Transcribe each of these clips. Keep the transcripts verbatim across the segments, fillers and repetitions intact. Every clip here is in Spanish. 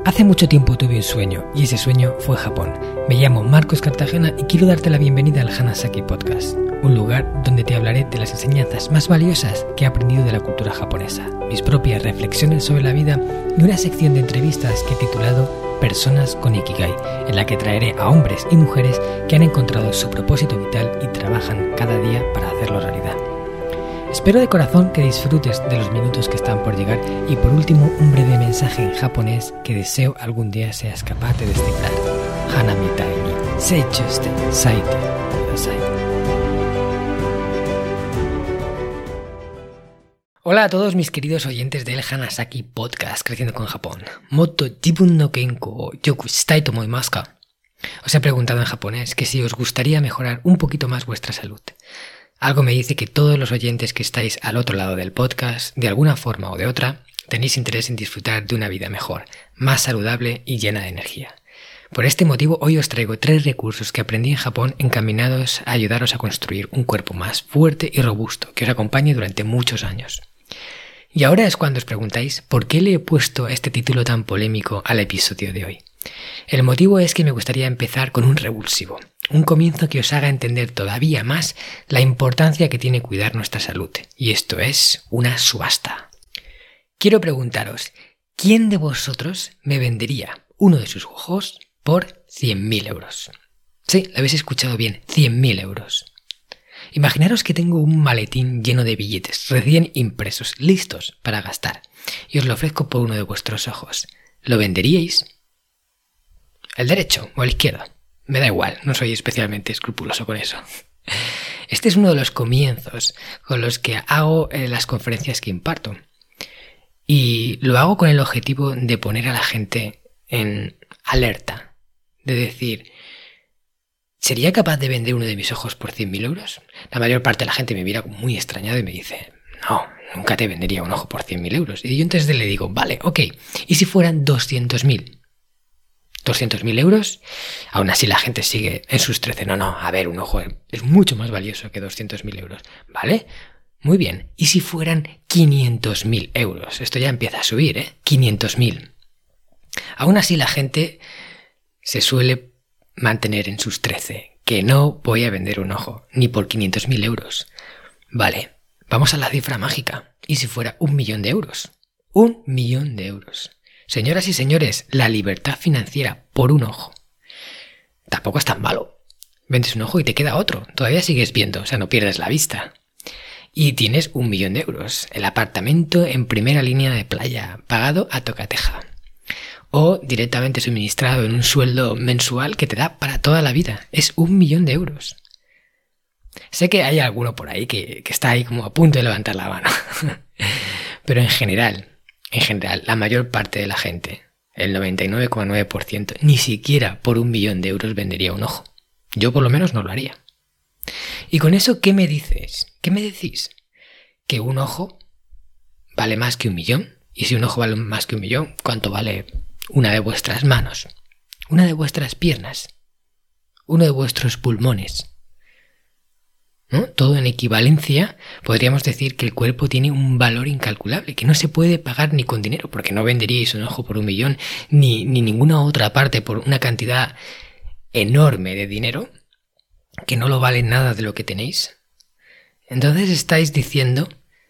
Hace mucho tiempo tuve un sueño, y ese sueño fue Japón. Me llamo Marcos Cartagena y quiero darte la bienvenida al Hanasaki Podcast, un lugar donde te hablaré de las enseñanzas más valiosas que he aprendido de la cultura japonesa, mis propias reflexiones sobre la vida y una sección de entrevistas que he titulado Personas con Ikigai, en la que traeré a hombres y mujeres que han encontrado su propósito vital y trabajan cada día para hacerlo realidad. Espero de corazón que disfrutes de los minutos que están por llegar y por último un breve mensaje en japonés que deseo algún día seas capaz de descifrar. Hana mitai ni seichū shite saite kudasai. Hola a todos mis queridos oyentes del Hanasaki Podcast Creciendo con Japón. Motto jibun no kenkou o yoku shitai to omoimasu ka? Os he preguntado en japonés que si os gustaría mejorar un poquito más vuestra salud. Algo me dice que todos los oyentes que estáis al otro lado del podcast, de alguna forma o de otra, tenéis interés en disfrutar de una vida mejor, más saludable y llena de energía. Por este motivo, hoy os traigo tres recursos que aprendí en Japón encaminados a ayudaros a construir un cuerpo más fuerte y robusto que os acompañe durante muchos años. Y ahora es cuando os preguntáis ¿por qué le he puesto este título tan polémico al episodio de hoy? El motivo es que me gustaría empezar con un revulsivo. Un comienzo que os haga entender todavía más la importancia que tiene cuidar nuestra salud. Y esto es una subasta. Quiero preguntaros, ¿quién de vosotros me vendería uno de sus ojos por cien mil euros? Sí, lo habéis escuchado bien, cien mil euros. Imaginaros que tengo un maletín lleno de billetes recién impresos, listos para gastar, y os lo ofrezco por uno de vuestros ojos. ¿Lo venderíais? ¿El derecho o el izquierdo? Me da igual, no soy especialmente escrupuloso con eso. Este es uno de los comienzos con los que hago las conferencias que imparto. Y lo hago con el objetivo de poner a la gente en alerta. De decir, ¿sería capaz de vender uno de mis ojos por cien mil euros? La mayor parte de la gente me mira muy extrañado y me dice, no, nunca te vendería un ojo por cien mil euros. Y yo entonces le digo, vale, ok, ¿y si fueran doscientos mil? doscientos mil euros, aún así la gente sigue en sus trece. No, no, a ver, un ojo es mucho más valioso que doscientos mil euros. ¿Vale? Muy bien. ¿Y si fueran quinientos mil euros? Esto ya empieza a subir, ¿eh? quinientos mil. Aún así la gente se suele mantener en sus trece. Que no voy a vender un ojo, ni por quinientos mil euros. Vale, vamos a la cifra mágica. ¿Y si fuera un millón de euros? Un millón de euros. Señoras y señores, la libertad financiera por un ojo. Tampoco es tan malo. Vendes un ojo y te queda otro. Todavía sigues viendo, o sea, no pierdes la vista. Y tienes un millón de euros. El apartamento en primera línea de playa, pagado a tocateja. O directamente suministrado en un sueldo mensual que te da para toda la vida. Es un millón de euros. Sé que hay alguno por ahí que, que está ahí como a punto de levantar la mano. Pero en general... En general, la mayor parte de la gente, el noventa y nueve coma nueve por ciento, ni siquiera por un millón de euros vendería un ojo. Yo por lo menos no lo haría. ¿Y con eso qué me dices? ¿Qué me decís? ¿Que un ojo vale más que un millón? Y si un ojo vale más que un millón, ¿cuánto vale una de vuestras manos? ¿Una de vuestras piernas? ¿Uno de vuestros pulmones? ¿No? Todo en equivalencia, podríamos decir que el cuerpo tiene un valor incalculable, que no se puede pagar ni con dinero, porque no venderíais un ojo por un millón, ni, ni ninguna otra parte por una cantidad enorme de dinero, que no lo vale nada de lo que tenéis. Entonces estáis diciendo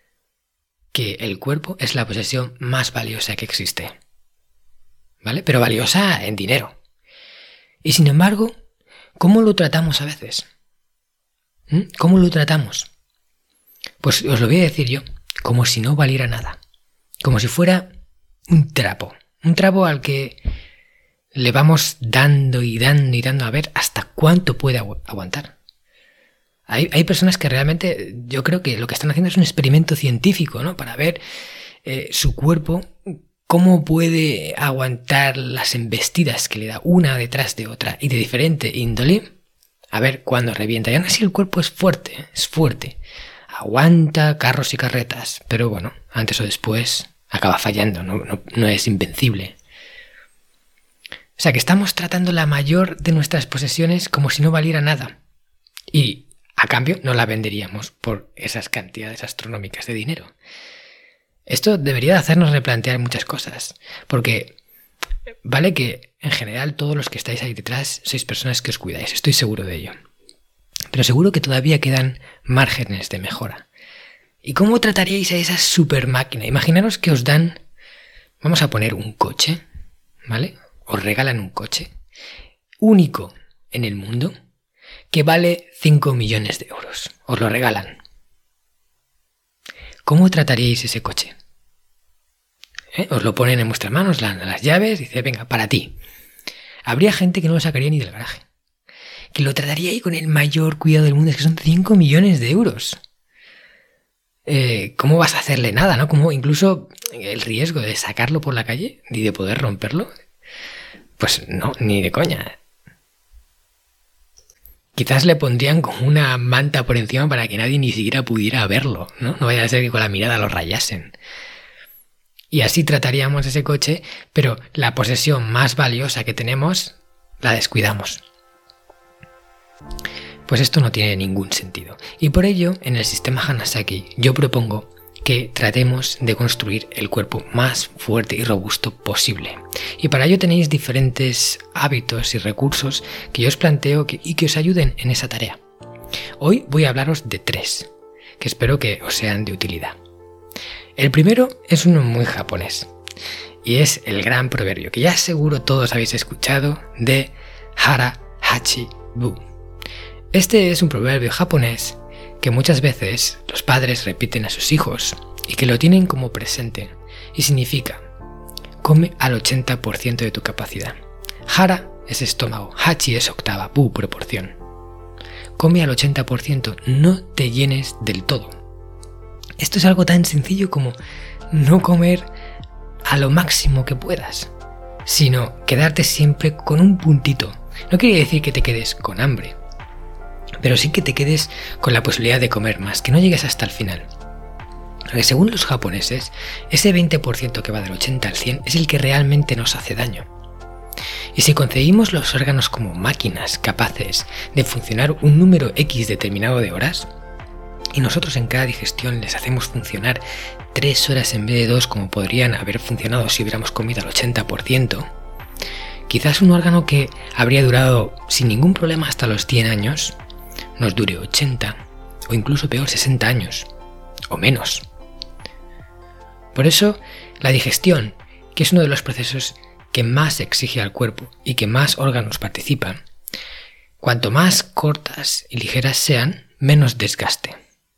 que el cuerpo es la posesión más valiosa que existe, ¿vale? Pero valiosa en dinero. Y sin embargo, ¿cómo lo tratamos a veces? ¿Cómo lo tratamos? Pues os lo voy a decir yo, como si no valiera nada. Como si fuera un trapo. Un trapo al que le vamos dando y dando y dando a ver hasta cuánto puede agu- aguantar. Hay, hay personas que realmente, yo creo que lo que están haciendo es un experimento científico, ¿no? Para ver eh, su cuerpo, cómo puede aguantar las embestidas que le da una detrás de otra y de diferente índole. A ver cuándo revienta. Y aún así el cuerpo es fuerte, es fuerte. Aguanta carros y carretas. Pero bueno, antes o después acaba fallando, no, no, no es invencible. O sea que estamos tratando la mayor de nuestras posesiones como si no valiera nada. Y a cambio no la venderíamos por esas cantidades astronómicas de dinero. Esto debería hacernos replantear muchas cosas. Porque Vale que en general todos los que estáis ahí detrás sois personas que os cuidáis, estoy seguro de ello. Pero seguro que todavía quedan márgenes de mejora. ¿Y cómo trataríais a esa super máquina? Imaginaros que os dan, vamos a poner un coche, ¿vale? Os regalan un coche único en el mundo que vale cinco millones de euros. Os lo regalan. ¿Cómo trataríais ese coche? ¿Eh? Os lo ponen en vuestras manos, las, las llaves, y dice, venga, para ti. Habría gente que no lo sacaría ni del garaje. Que lo trataría ahí con el mayor cuidado del mundo, es que son cinco millones de euros. Eh, ¿Cómo vas a hacerle nada, no? Como incluso el riesgo de sacarlo por la calle y de poder romperlo, pues no, ni de coña. Quizás le pondrían como una manta por encima para que nadie ni siquiera pudiera verlo, ¿no? No vaya a ser que con la mirada lo rayasen. Y así trataríamos ese coche, pero la posesión más valiosa que tenemos la descuidamos. Pues esto no tiene ningún sentido. Y por ello, en el sistema Hanasaki, yo propongo que tratemos de construir el cuerpo más fuerte y robusto posible. Y para ello tenéis diferentes hábitos y recursos que yo os planteo que, y que os ayuden en esa tarea. Hoy voy a hablaros de tres, que espero que os sean de utilidad. El primero es uno muy japonés, y es el gran proverbio, que ya seguro todos habéis escuchado, de Hara Hachi Bu. Este es un proverbio japonés que muchas veces los padres repiten a sus hijos y que lo tienen como presente, y significa: come al ochenta por ciento de tu capacidad. Hara es estómago, Hachi es octava, Bu proporción. Come al ochenta por ciento, no te llenes del todo. Esto es algo tan sencillo como no comer a lo máximo que puedas, sino quedarte siempre con un puntito. No quiere decir que te quedes con hambre, pero sí que te quedes con la posibilidad de comer más, que no llegues hasta el final. Porque según los japoneses, ese veinte por ciento que va del ochenta al cien es el que realmente nos hace daño. Y si concebimos los órganos como máquinas capaces de funcionar un número X determinado de horas, y nosotros en cada digestión les hacemos funcionar tres horas en vez de dos como podrían haber funcionado si hubiéramos comido al ochenta por ciento, quizás un órgano que habría durado sin ningún problema hasta los cien años, nos dure ochenta o incluso peor sesenta años o menos. Por eso, la digestión, que es uno de los procesos que más exige al cuerpo y que más órganos participan, cuanto más cortas y ligeras sean, menos desgaste.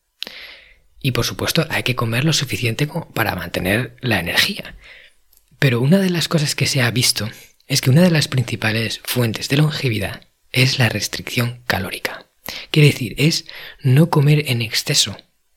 Y por supuesto hay que comer lo suficiente como para mantener la energía. Pero una de las cosas que se ha visto es que una de las principales fuentes de longevidad es la restricción calórica. Quiere decir, es no comer en exceso.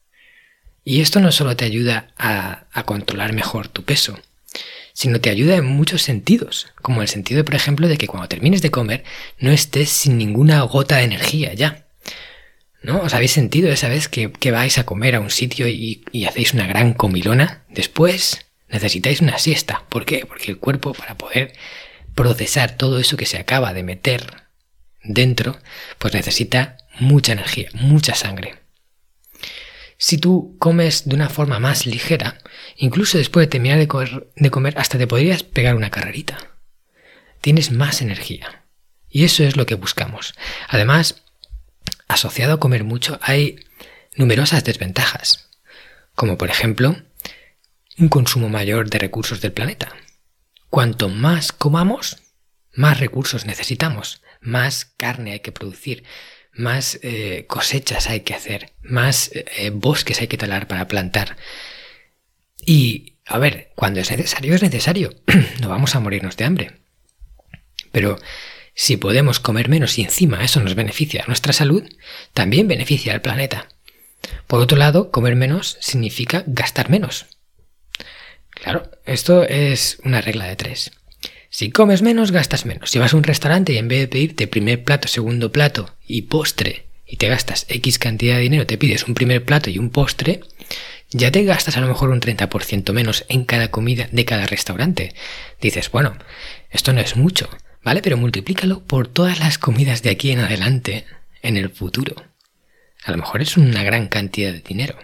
Y esto no solo te ayuda a, a controlar mejor tu peso, sino te ayuda en muchos sentidos, como el sentido, por ejemplo, de que cuando termines de comer no estés sin ninguna gota de energía ya. ¿No? ¿Os habéis sentido esa vez que, que vais a comer a un sitio y, y hacéis una gran comilona? Después necesitáis una siesta. ¿Por qué? Porque el cuerpo, para poder procesar todo eso que se acaba de meter dentro, pues necesita mucha energía, mucha sangre. Si tú comes de una forma más ligera, incluso después de terminar de comer, de comer hasta te podrías pegar una carrerita. Tienes más energía. Y eso es lo que buscamos. Además, asociado a comer mucho hay numerosas desventajas, como por ejemplo un consumo mayor de recursos del planeta. Cuanto más comamos, más recursos necesitamos, más carne hay que producir, más eh, cosechas hay que hacer, más eh, bosques hay que talar para plantar. Y, a ver, cuando es necesario, es necesario. No vamos a morirnos de hambre. Pero si podemos comer menos y encima eso nos beneficia a nuestra salud, también beneficia al planeta. Por otro lado, comer menos significa gastar menos. Claro, esto es una regla de tres. Si comes menos, gastas menos. Si vas a un restaurante y en vez de pedirte primer plato, segundo plato y postre, y te gastas X cantidad de dinero, te pides un primer plato y un postre, ya te gastas a lo mejor un treinta por ciento menos en cada comida de cada restaurante. Dices, bueno, esto no es mucho, ¿vale? Pero multiplícalo por todas las comidas de aquí en adelante, en el futuro. A lo mejor es una gran cantidad de dinero.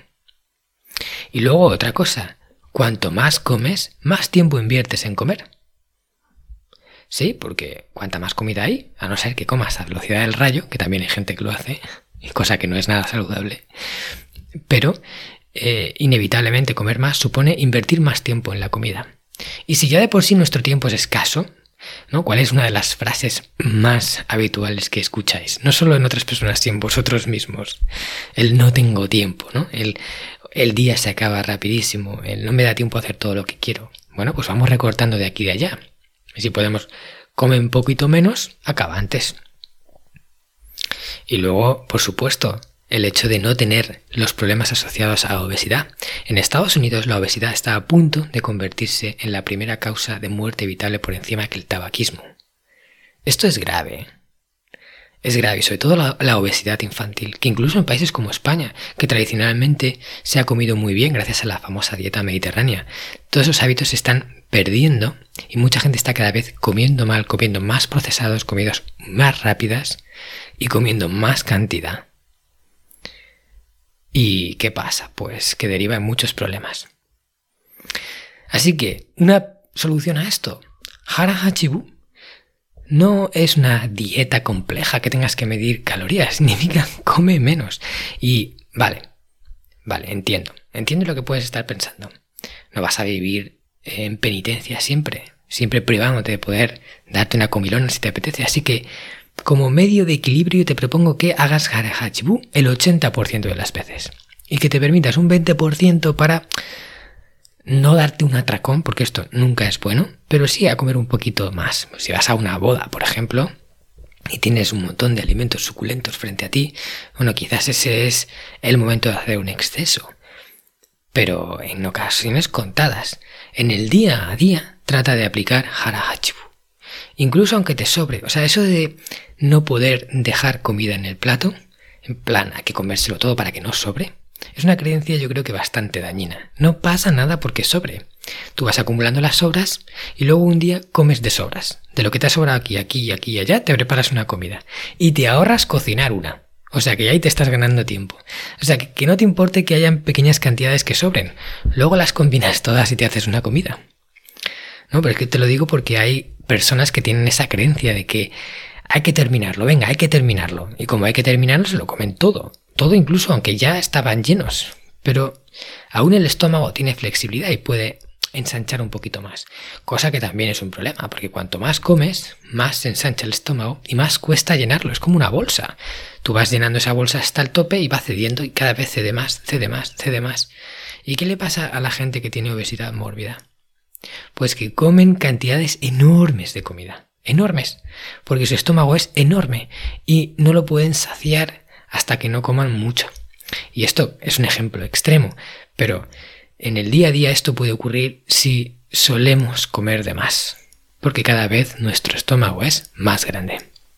Y luego otra cosa, cuanto más comes, más tiempo inviertes en comer. Sí, porque cuanta más comida hay, a no ser que comas a velocidad del rayo, que también hay gente que lo hace, cosa que no es nada saludable, pero eh, inevitablemente comer más supone invertir más tiempo en la comida. Y si ya de por sí nuestro tiempo es escaso, ¿no? ¿Cuál es una de las frases más habituales que escucháis? No solo en otras personas, sino en vosotros mismos. El no tengo tiempo, ¿no? El, el día se acaba rapidísimo, el no me da tiempo a hacer todo lo que quiero. Bueno, pues vamos recortando de aquí y de allá. Y si podemos comer un poquito menos, acaba antes. Y luego, por supuesto, el hecho de no tener los problemas asociados a la obesidad. En Estados Unidos la obesidad está a punto de convertirse en la primera causa de muerte evitable por encima que el tabaquismo. Esto es grave. Es grave, y sobre todo la, la obesidad infantil, que incluso en países como España, que tradicionalmente se ha comido muy bien gracias a la famosa dieta mediterránea, todos esos hábitos se están perdiendo y mucha gente está cada vez comiendo mal, comiendo más procesados, comidas más rápidas y comiendo más cantidad. ¿Y qué pasa? Pues que deriva en muchos problemas. Así que, una solución a esto, Hara Hachibu, no es una dieta compleja que tengas que medir calorías, significa come menos. Y vale, vale, entiendo, entiendo lo que puedes estar pensando. No vas a vivir en penitencia siempre, siempre privándote de poder darte una comilona si te apetece, así que como medio de equilibrio te propongo que hagas Hara Hachibu el ochenta por ciento de las veces y que te permitas un veinte por ciento para no darte un atracón, porque esto nunca es bueno, pero sí a comer un poquito más. Si vas a una boda, por ejemplo, y tienes un montón de alimentos suculentos frente a ti, bueno, quizás ese es el momento de hacer un exceso. Pero en ocasiones contadas, en el día a día, trata de aplicar Hara Hachibu. Incluso aunque te sobre, o sea, eso de no poder dejar comida en el plato, en plan, hay que comérselo todo para que no sobre, es una creencia yo creo que bastante dañina. No pasa nada porque sobre. Tú vas acumulando las sobras y luego un día comes de sobras. De lo que te ha sobrado aquí, aquí, aquí y allá, te preparas una comida. Y te ahorras cocinar una. O sea que ahí te estás ganando tiempo. O sea que, que no te importe que hayan pequeñas cantidades que sobren. Luego las combinas todas y te haces una comida. No, pero es que te lo digo porque hay personas que tienen esa creencia de que hay que terminarlo, venga, hay que terminarlo. Y como hay que terminarlo, se lo comen todo. Todo incluso aunque ya estaban llenos. Pero aún el estómago tiene flexibilidad y puede ensanchar un poquito más. Cosa que también es un problema, porque cuanto más comes, más se ensancha el estómago y más cuesta llenarlo. Es como una bolsa. Tú vas llenando esa bolsa hasta el tope y va cediendo y cada vez cede más, cede más, cede más. ¿Y qué le pasa a la gente que tiene obesidad mórbida? Pues que comen cantidades enormes de comida. Enormes. Porque su estómago es enorme y no lo pueden saciar hasta que no coman mucho. Y esto es un ejemplo extremo, pero en el día a día esto puede ocurrir si solemos comer de más, porque cada vez nuestro estómago es más grande.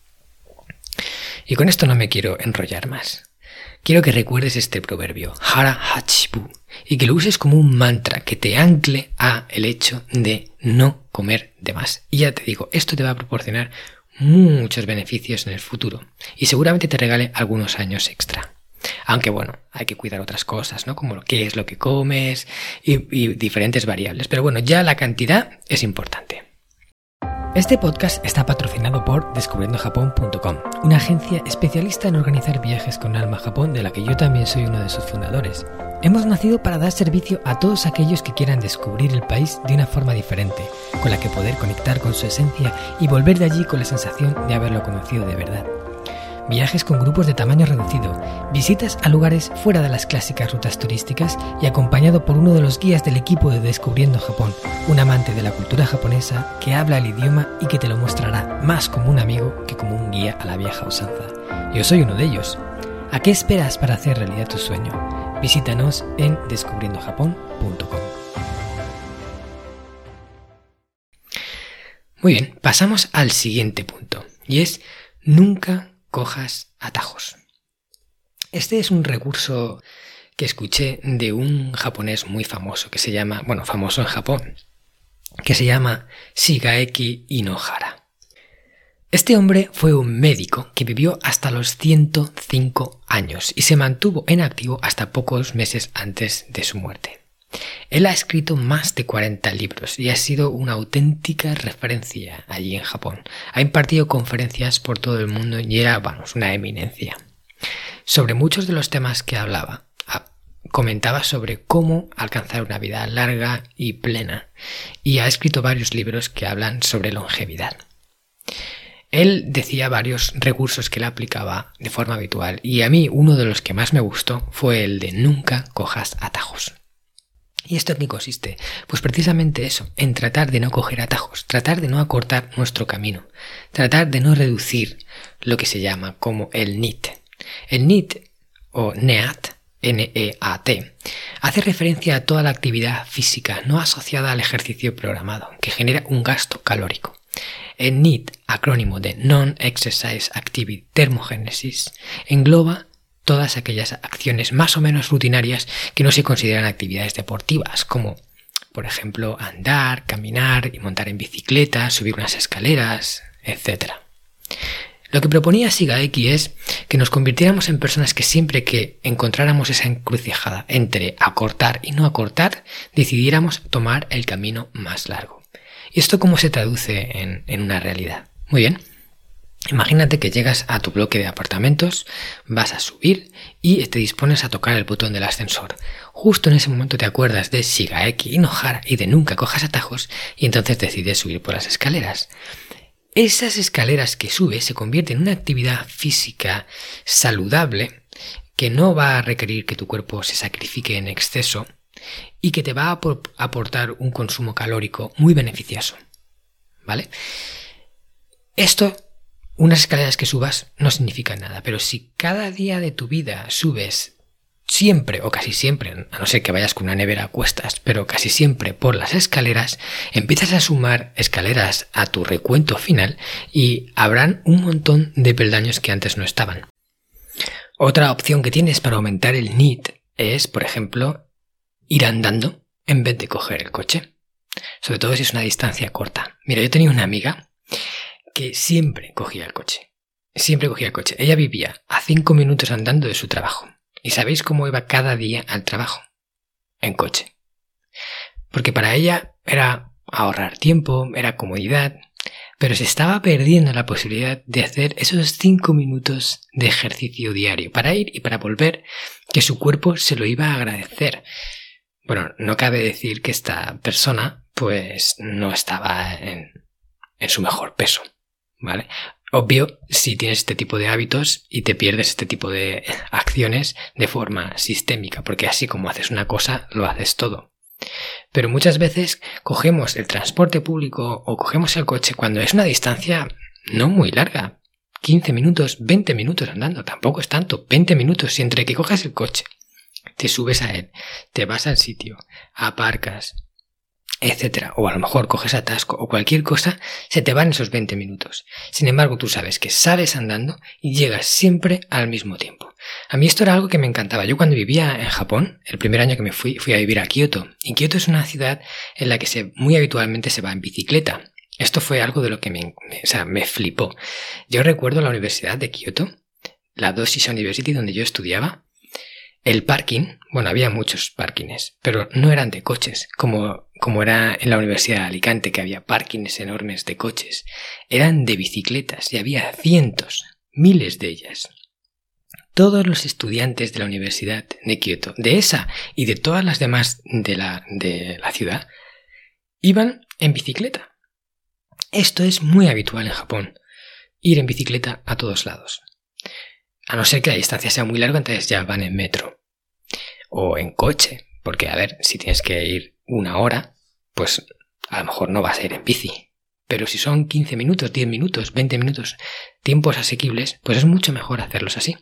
Y con esto no me quiero enrollar más. Quiero que recuerdes este proverbio, Hara Hachibu, y que lo uses como un mantra que te ancle a el hecho de no comer de más. Y ya te digo, esto te va a proporcionar muchos beneficios en el futuro y seguramente te regale algunos años extra. Aunque bueno, hay que cuidar otras cosas, ¿no? Como qué es lo que comes y, y diferentes variables. Pero bueno, ya la cantidad es importante. Este podcast está patrocinado por descubriendo japón punto com, una agencia especialista en organizar viajes con alma a Japón, de la que yo también soy uno de sus fundadores. Hemos nacido para dar servicio a todos aquellos que quieran descubrir el país de una forma diferente, con la que poder conectar con su esencia y volver de allí con la sensación de haberlo conocido de verdad. Viajes con grupos de tamaño reducido, visitas a lugares fuera de las clásicas rutas turísticas y acompañado por uno de los guías del equipo de Descubriendo Japón, un amante de la cultura japonesa que habla el idioma y que te lo mostrará más como un amigo que como un guía a la vieja usanza. Yo soy uno de ellos. ¿A qué esperas para hacer realidad tu sueño? Visítanos en descubriendo japón punto com. Muy bien, pasamos al siguiente punto, y es nunca cojas atajos. Este es un recurso que escuché de un japonés muy famoso que se llama, bueno, famoso en Japón, que se llama Shigeaki Inohara. Este hombre fue un médico que vivió hasta los ciento cinco años y se mantuvo en activo hasta pocos meses antes de su muerte. Él ha escrito más de cuarenta libros y ha sido una auténtica referencia allí en Japón. Ha impartido conferencias por todo el mundo y era, vamos, una eminencia. Sobre muchos de los temas que hablaba, comentaba sobre cómo alcanzar una vida larga y plena, y ha escrito varios libros que hablan sobre longevidad. Él decía varios recursos que él aplicaba de forma habitual, y a mí uno de los que más me gustó fue el de nunca cojas atajos. ¿Y esto en qué consiste? Pues precisamente eso, en tratar de no coger atajos, tratar de no acortar nuestro camino, tratar de no reducir lo que se llama como el N I T. El N I T o N E A T, N E A T, hace referencia a toda la actividad física no asociada al ejercicio programado, que genera un gasto calórico. El N I T, acrónimo de Non-Exercise Activity Thermogenesis, engloba todas aquellas acciones más o menos rutinarias que no se consideran actividades deportivas, como por ejemplo andar, caminar y montar en bicicleta, subir unas escaleras, etcétera. Lo que proponía Shigeaki es que nos convirtiéramos en personas que siempre que encontráramos esa encrucijada entre acortar y no acortar, decidiéramos tomar el camino más largo. ¿Y esto cómo se traduce en, en una realidad? Muy bien. Imagínate que llegas a tu bloque de apartamentos, vas a subir y te dispones a tocar el botón del ascensor. Justo en ese momento te acuerdas de Shigeaki y Nohara y de nunca cojas atajos y entonces decides subir por las escaleras. Esas escaleras que subes se convierten en una actividad física saludable que no va a requerir que tu cuerpo se sacrifique en exceso y que te va a aportar un consumo calórico muy beneficioso. ¿Vale? Esto, unas escaleras que subas no significa nada, pero si cada día de tu vida subes siempre o casi siempre, a no ser que vayas con una nevera a cuestas, pero casi siempre por las escaleras, empiezas a sumar escaleras a tu recuento final y habrán un montón de peldaños que antes no estaban. Otra opción que tienes para aumentar el N I T es, por ejemplo, ir andando en vez de coger el coche, sobre todo si es una distancia corta. Mira, yo tenía una amiga que siempre cogía el coche, siempre cogía el coche. Ella vivía a cinco minutos andando de su trabajo. ¿Y sabéis cómo iba cada día al trabajo? En coche. Porque para ella era ahorrar tiempo, era comodidad, pero se estaba perdiendo la posibilidad de hacer esos cinco minutos de ejercicio diario para ir y para volver, que su cuerpo se lo iba a agradecer. Bueno, no cabe decir que esta persona pues no estaba en, en su mejor peso, ¿vale? Obvio, si tienes este tipo de hábitos y te pierdes este tipo de acciones de forma sistémica, porque así como haces una cosa, lo haces todo. Pero muchas veces cogemos el transporte público o cogemos el coche cuando es una distancia no muy larga. quince minutos, veinte minutos andando, tampoco es tanto, veinte minutos. Y entre que coges el coche, te subes a él, te vas al sitio, aparcas, etcétera, o a lo mejor coges atasco o cualquier cosa, se te van esos veinte minutos. Sin embargo, tú sabes que sales andando y llegas siempre al mismo tiempo. A mí esto era algo que me encantaba. Yo cuando vivía en Japón, el primer año que me fui, fui a vivir a Kioto. Y Kioto es una ciudad en la que se, muy habitualmente se va en bicicleta. Esto fue algo de lo que me, me, o sea, me flipó. Yo recuerdo la Universidad de Kioto, la Doshisha University donde yo estudiaba. El parking, bueno, había muchos parkings, pero no eran de coches, como, como era en la Universidad de Alicante, que había parkings enormes de coches. Eran de bicicletas y había cientos, miles de ellas. Todos los estudiantes de la Universidad de Kioto, de esa y de todas las demás de la, de la ciudad, iban en bicicleta. Esto es muy habitual en Japón, ir en bicicleta a todos lados. A no ser que la distancia sea muy larga, entonces ya van en metro. O en coche. Porque, a ver, si tienes que ir una hora, pues a lo mejor no vas a ir en bici. Pero si son quince minutos, diez minutos, veinte minutos, tiempos asequibles, pues es mucho mejor hacerlos así.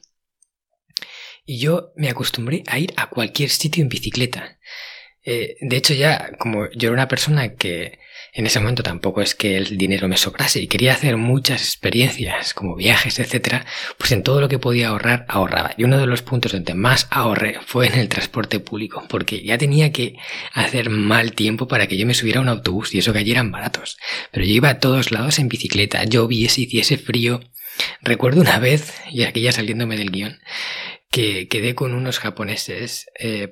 Y yo me acostumbré a ir a cualquier sitio en bicicleta. Eh, de hecho, ya como yo era una persona que en ese momento tampoco es que el dinero me sobrase y quería hacer muchas experiencias como viajes, etcétera, pues en todo lo que podía ahorrar, ahorraba. Y uno de los puntos donde más ahorré fue en el transporte público, porque ya tenía que hacer mal tiempo para que yo me subiera a un autobús, y eso que allí eran baratos. Pero yo iba a todos lados en bicicleta, lloviese, hiciese frío. Recuerdo una vez, y aquí ya saliéndome del guión, que quedé con unos japoneses eh,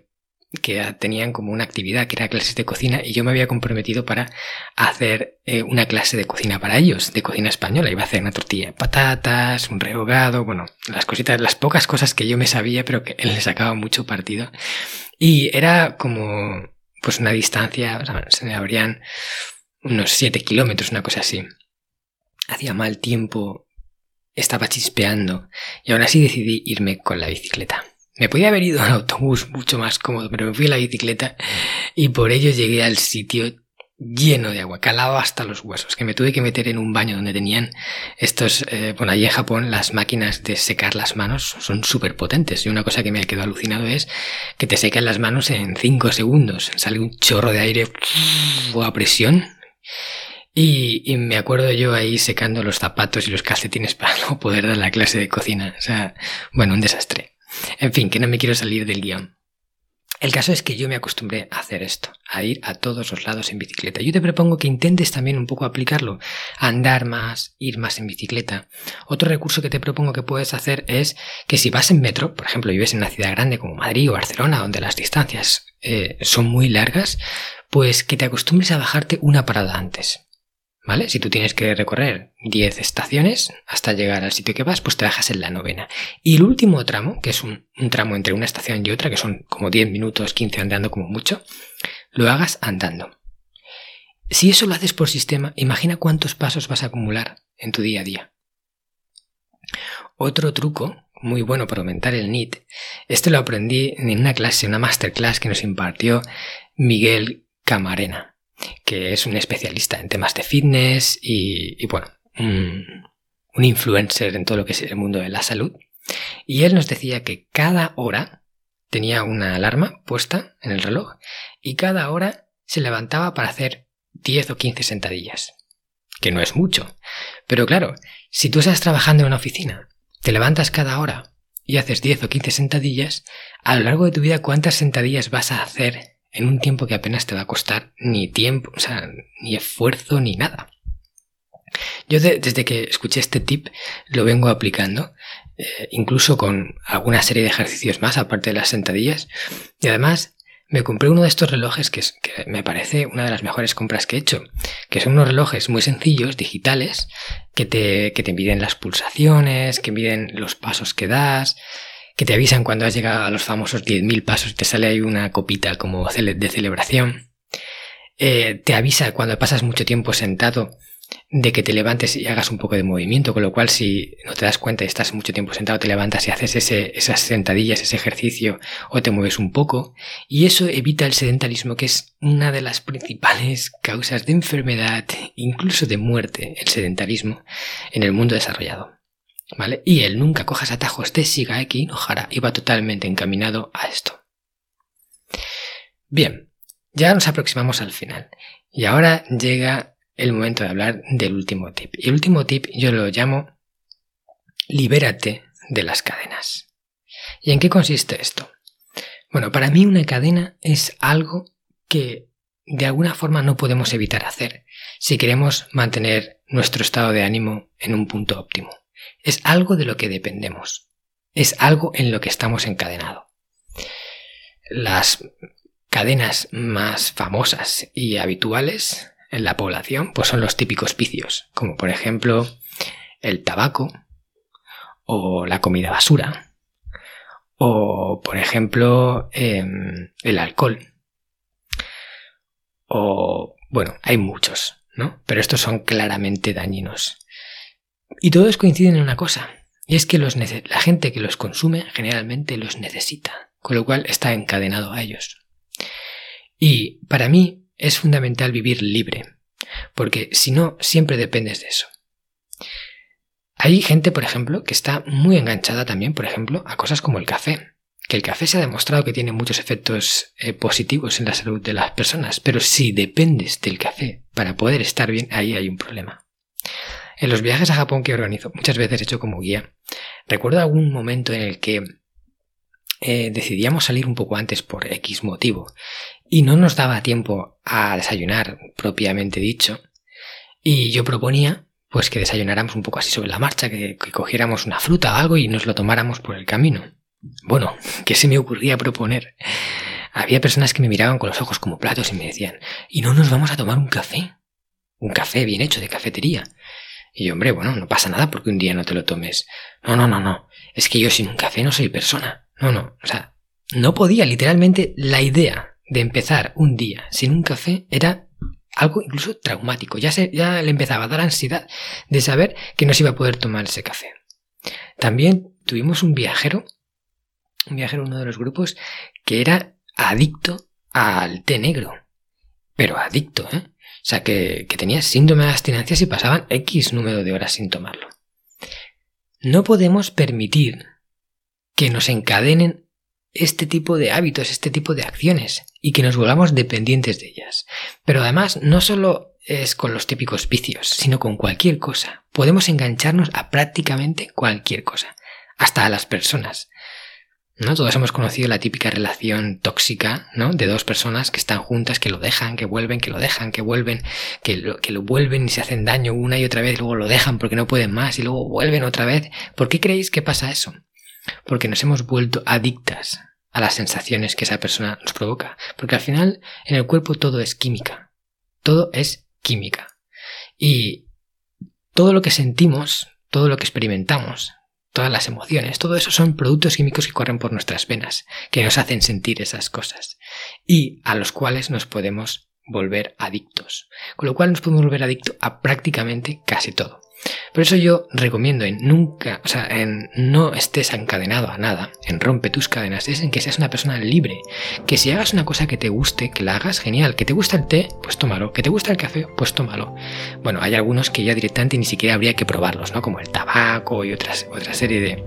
que tenían como una actividad que era clases de cocina y yo me había comprometido para hacer eh, una clase de cocina para ellos, de cocina española. Iba a hacer una tortilla de patatas, un rehogado, bueno, las cositas, las pocas cosas que yo me sabía pero que él le sacaba mucho partido. Y era como pues una distancia, o sea, se me abrían unos siete kilómetros, una cosa así. Hacía mal tiempo, estaba chispeando y aún así decidí irme con la bicicleta. Me podía haber ido en autobús mucho más cómodo, pero me fui en la bicicleta y por ello llegué al sitio lleno de agua, calado hasta los huesos, que me tuve que meter en un baño donde tenían estos, eh, bueno, allí en Japón las máquinas de secar las manos son súper potentes y una cosa que me ha quedado alucinado es que te secan las manos en cinco segundos, sale un chorro de aire a presión y, y me acuerdo yo ahí secando los zapatos y los calcetines para no poder dar la clase de cocina, o sea, bueno, un desastre. En fin, que no me quiero salir del guión. El caso es que yo me acostumbré a hacer esto, a ir a todos los lados en bicicleta. Yo te propongo que intentes también un poco aplicarlo, a andar más, ir más en bicicleta. Otro recurso que te propongo que puedes hacer es que si vas en metro, por ejemplo, vives en una ciudad grande como Madrid o Barcelona, donde las distancias eh, son muy largas, pues que te acostumbres a bajarte una parada antes. ¿Vale? Si tú tienes que recorrer diez estaciones hasta llegar al sitio que vas, pues te bajas en la novena. Y el último tramo, que es un, un tramo entre una estación y otra, que son como diez minutos, quince andando como mucho, lo hagas andando. Si eso lo haces por sistema, imagina cuántos pasos vas a acumular en tu día a día. Otro truco muy bueno para aumentar el N I T, este lo aprendí en una clase, una masterclass que nos impartió Miguel Camarena, que es un especialista en temas de fitness y, y bueno, un, un influencer en todo lo que es el mundo de la salud. Y él nos decía que cada hora tenía una alarma puesta en el reloj y cada hora se levantaba para hacer diez o quince sentadillas, que no es mucho. Pero claro, si tú estás trabajando en una oficina, te levantas cada hora y haces diez o quince sentadillas, a lo largo de tu vida, ¿cuántas sentadillas vas a hacer en un tiempo que apenas te va a costar ni tiempo, o sea, ni esfuerzo, ni nada? Yo de, desde que escuché este tip lo vengo aplicando, eh, incluso con alguna serie de ejercicios más, aparte de las sentadillas. Y además me compré uno de estos relojes que, es, que me parece una de las mejores compras que he hecho, que son unos relojes muy sencillos, digitales, que te, que te miden las pulsaciones, que miden los pasos que das, que te avisan cuando has llegado a los famosos diez mil pasos, te sale ahí una copita como de celebración. Eh, te avisa cuando pasas mucho tiempo sentado de que te levantes y hagas un poco de movimiento, con lo cual si no te das cuenta y estás mucho tiempo sentado, te levantas y haces ese, esas sentadillas, ese ejercicio, o te mueves un poco, y eso evita el sedentarismo, que es una de las principales causas de enfermedad, incluso de muerte, el sedentarismo en el mundo desarrollado. ¿Vale? Y el nunca cojas atajos de Shigeaki Nohara iba totalmente encaminado a esto. Bien, ya nos aproximamos al final y ahora llega el momento de hablar del último tip. Y el último tip yo lo llamo libérate de las cadenas. ¿Y en qué consiste esto? Bueno, para mí una cadena es algo que de alguna forma no podemos evitar hacer si queremos mantener nuestro estado de ánimo en un punto óptimo. Es algo de lo que dependemos. Es algo en lo que estamos encadenados. Las cadenas más famosas y habituales en la población pues son los típicos vicios, como por ejemplo el tabaco o la comida basura o por ejemplo eh, el alcohol o bueno, hay muchos, ¿no? Pero estos son claramente dañinos. Y todos coinciden en una cosa, y es que los nece- la gente que los consume generalmente los necesita, con lo cual está encadenado a ellos. Y para mí es fundamental vivir libre, porque si no, siempre dependes de eso. Hay gente, por ejemplo, que está muy enganchada también, por ejemplo, a cosas como el café, que el café se ha demostrado que tiene muchos efectos eh, positivos en la salud de las personas, pero si dependes del café para poder estar bien, ahí hay un problema. En los viajes a Japón que organizo, muchas veces he hecho como guía, recuerdo algún momento en el que eh, decidíamos salir un poco antes por X motivo y no nos daba tiempo a desayunar propiamente dicho, y yo proponía pues que desayunáramos un poco así sobre la marcha, que, que cogiéramos una fruta o algo y nos lo tomáramos por el camino. Bueno, ¿qué se me ocurría proponer? había personas que me miraban con los ojos como platos y me decían, ¿y no nos vamos a tomar un café? Un café bien hecho de cafetería. Y yo, hombre, bueno, no pasa nada porque un día no te lo tomes. No, no, no, no. Es que yo sin un café no soy persona. No, no. O sea, no podía. Literalmente la idea de empezar un día sin un café era algo incluso traumático. Ya, se, ya le empezaba a dar ansiedad de saber que no se iba a poder tomar ese café. También tuvimos un viajero, un viajero en uno de los grupos, que era adicto al té negro. Pero adicto, ¿eh? O sea, que, que tenía síndrome de abstinencia si pasaban X número de horas sin tomarlo. No podemos permitir que nos encadenen este tipo de hábitos, este tipo de acciones y que nos volvamos dependientes de ellas. Pero además no solo es con los típicos vicios, sino con cualquier cosa. Podemos engancharnos a prácticamente cualquier cosa, hasta a las personas. ¿No? Todos hemos conocido la típica relación tóxica, ¿no? De dos personas que están juntas, que lo dejan, que vuelven, que lo dejan, que vuelven, que lo, que lo vuelven y se hacen daño una y otra vez, y luego lo dejan porque no pueden más y luego vuelven otra vez. ¿Por qué creéis que pasa eso? Porque nos hemos vuelto adictas a las sensaciones que esa persona nos provoca. Porque al final en el cuerpo todo es química. Todo es química. Y todo lo que sentimos, todo lo que experimentamos, todas las emociones, todo eso son productos químicos que corren por nuestras venas, que nos hacen sentir esas cosas y a los cuales nos podemos volver adictos. Con lo cual nos podemos volver adictos a prácticamente casi todo. Por eso yo recomiendo en nunca, o sea, en no estés encadenado a nada, en rompe tus cadenas, es en que seas una persona libre, que si hagas una cosa que te guste, que la hagas genial, que te gusta el té, pues tómalo, que te gusta el café, pues tómalo. Bueno, hay algunos que ya directamente ni siquiera habría que probarlos, ¿no? Como el tabaco y otras, otra serie de,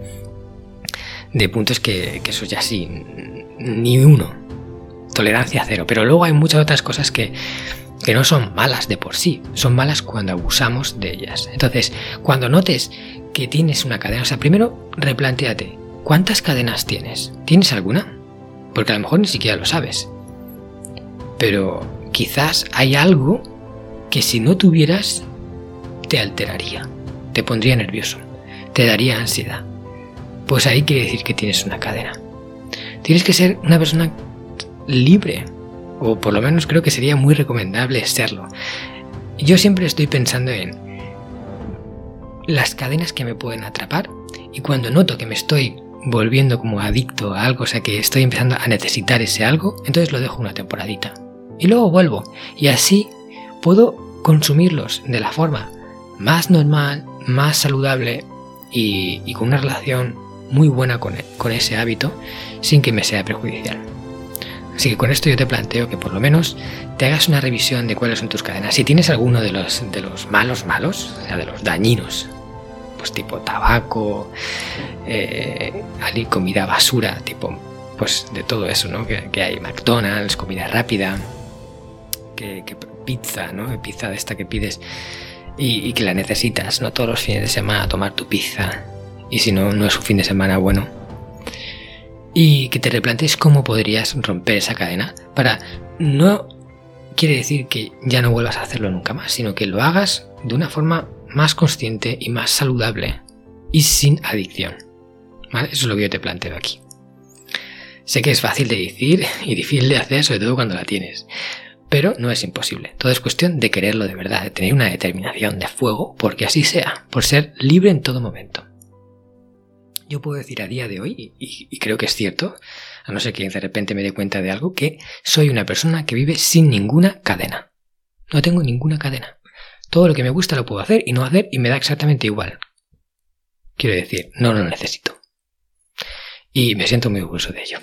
de puntos que, que eso ya sí, ni uno, tolerancia cero, pero luego hay muchas otras cosas que que no son malas de por sí, son malas cuando abusamos de ellas. Entonces, cuando notes que tienes una cadena, o sea, primero replantéate, ¿cuántas cadenas tienes? ¿Tienes alguna? Porque a lo mejor ni siquiera lo sabes. Pero quizás hay algo que si no tuvieras, te alteraría, te pondría nervioso, te daría ansiedad. Pues ahí quiere decir que tienes una cadena. Tienes que ser una persona libre, o por lo menos creo que sería muy recomendable serlo. Yo siempre estoy pensando en las cadenas que me pueden atrapar y cuando noto que me estoy volviendo como adicto a algo, o sea que estoy empezando a necesitar ese algo, entonces lo dejo una temporadita y luego vuelvo y así puedo consumirlos de la forma más normal, más saludable y, y con una relación muy buena con, con ese hábito sin que me sea perjudicial. Así que con esto yo te planteo que por lo menos te hagas una revisión de cuáles son tus cadenas. Si tienes alguno de los, de los malos malos, o sea, de los dañinos, pues tipo tabaco, eh, comida basura, tipo, pues de todo eso, ¿no? Que, que hay McDonald's, comida rápida, que, que pizza, ¿no? Pizza de esta que pides y, y que la necesitas, ¿no? Todos los fines de semana tomar tu pizza y si no, no es un fin de semana bueno. Y que te replantees cómo podrías romper esa cadena para no quiere decir que ya no vuelvas a hacerlo nunca más, sino que lo hagas de una forma más consciente y más saludable y sin adicción. ¿Vale? Eso es lo que yo te planteo aquí. Sé que es fácil de decir y difícil de hacer, sobre todo cuando la tienes, pero no es imposible. Todo es cuestión de quererlo de verdad, de tener una determinación de fuego, porque así sea, por ser libre en todo momento. Yo puedo decir a día de hoy, y, y creo que es cierto, a no ser que de repente me dé cuenta de algo, que soy una persona que vive sin ninguna cadena. No tengo ninguna cadena. Todo lo que me gusta lo puedo hacer y no hacer y me da exactamente igual. Quiero decir, no lo necesito. Y me siento muy orgulloso de ello.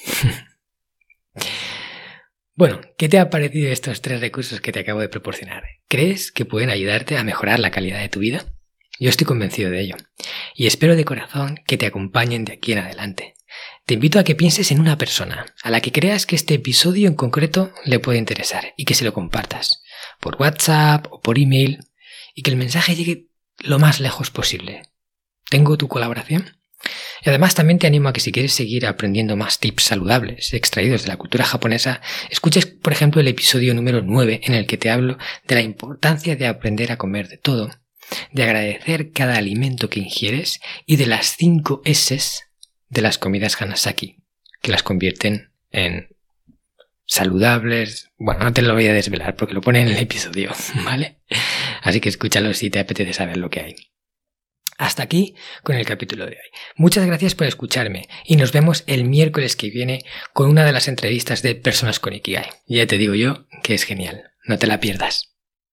Bueno, ¿qué te ha parecido estos tres recursos que te acabo de proporcionar? ¿Crees que pueden ayudarte a mejorar la calidad de tu vida? Yo estoy convencido de ello y espero de corazón que te acompañen de aquí en adelante. Te invito a que pienses en una persona a la que creas que este episodio en concreto le puede interesar y que se lo compartas por WhatsApp o por email y que el mensaje llegue lo más lejos posible. ¿Tengo tu colaboración? Y además también te animo a que si quieres seguir aprendiendo más tips saludables extraídos de la cultura japonesa, escuches por ejemplo el episodio número nueve en el que te hablo de la importancia de aprender a comer de todo, de agradecer cada alimento que ingieres y de las cinco eses de las comidas Hanasaki, que las convierten en saludables. Bueno, no te lo voy a desvelar porque lo pone en el episodio, ¿vale? Así que escúchalo si te apetece saber lo que hay. Hasta aquí con el capítulo de hoy. Muchas gracias por escucharme y nos vemos el miércoles que viene con una de las entrevistas de Personas con Ikigai. Y ya te digo yo que es genial. No te la pierdas.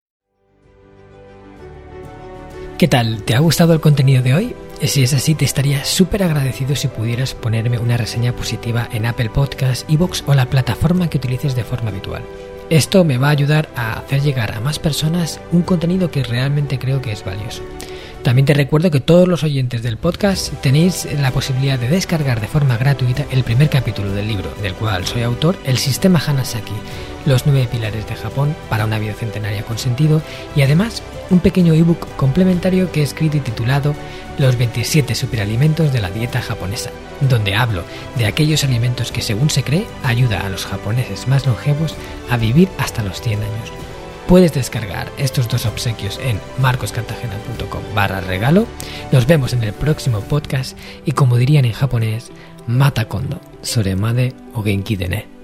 ¿Qué tal? ¿Te ha gustado el contenido de hoy? Si es así, te estaría súper agradecido si pudieras ponerme una reseña positiva en Apple Podcasts, iVoox o la plataforma que utilices de forma habitual. Esto me va a ayudar a hacer llegar a más personas un contenido que realmente creo que es valioso. También te recuerdo que todos los oyentes del podcast tenéis la posibilidad de descargar de forma gratuita el primer capítulo del libro, del cual soy autor, El Sistema Hanasaki, los nueve pilares de Japón para una vida centenaria con sentido, y además un pequeño ebook complementario que he escrito y titulado Los veintisiete superalimentos de la dieta japonesa, donde hablo de aquellos alimentos que, según se cree, ayuda a los japoneses más longevos a vivir hasta los cien años. Puedes descargar estos dos obsequios en marcoscartagena.com barra regalo. Nos vemos en el próximo podcast y, como dirían en japonés, mata kondo, soremade o genki de ne.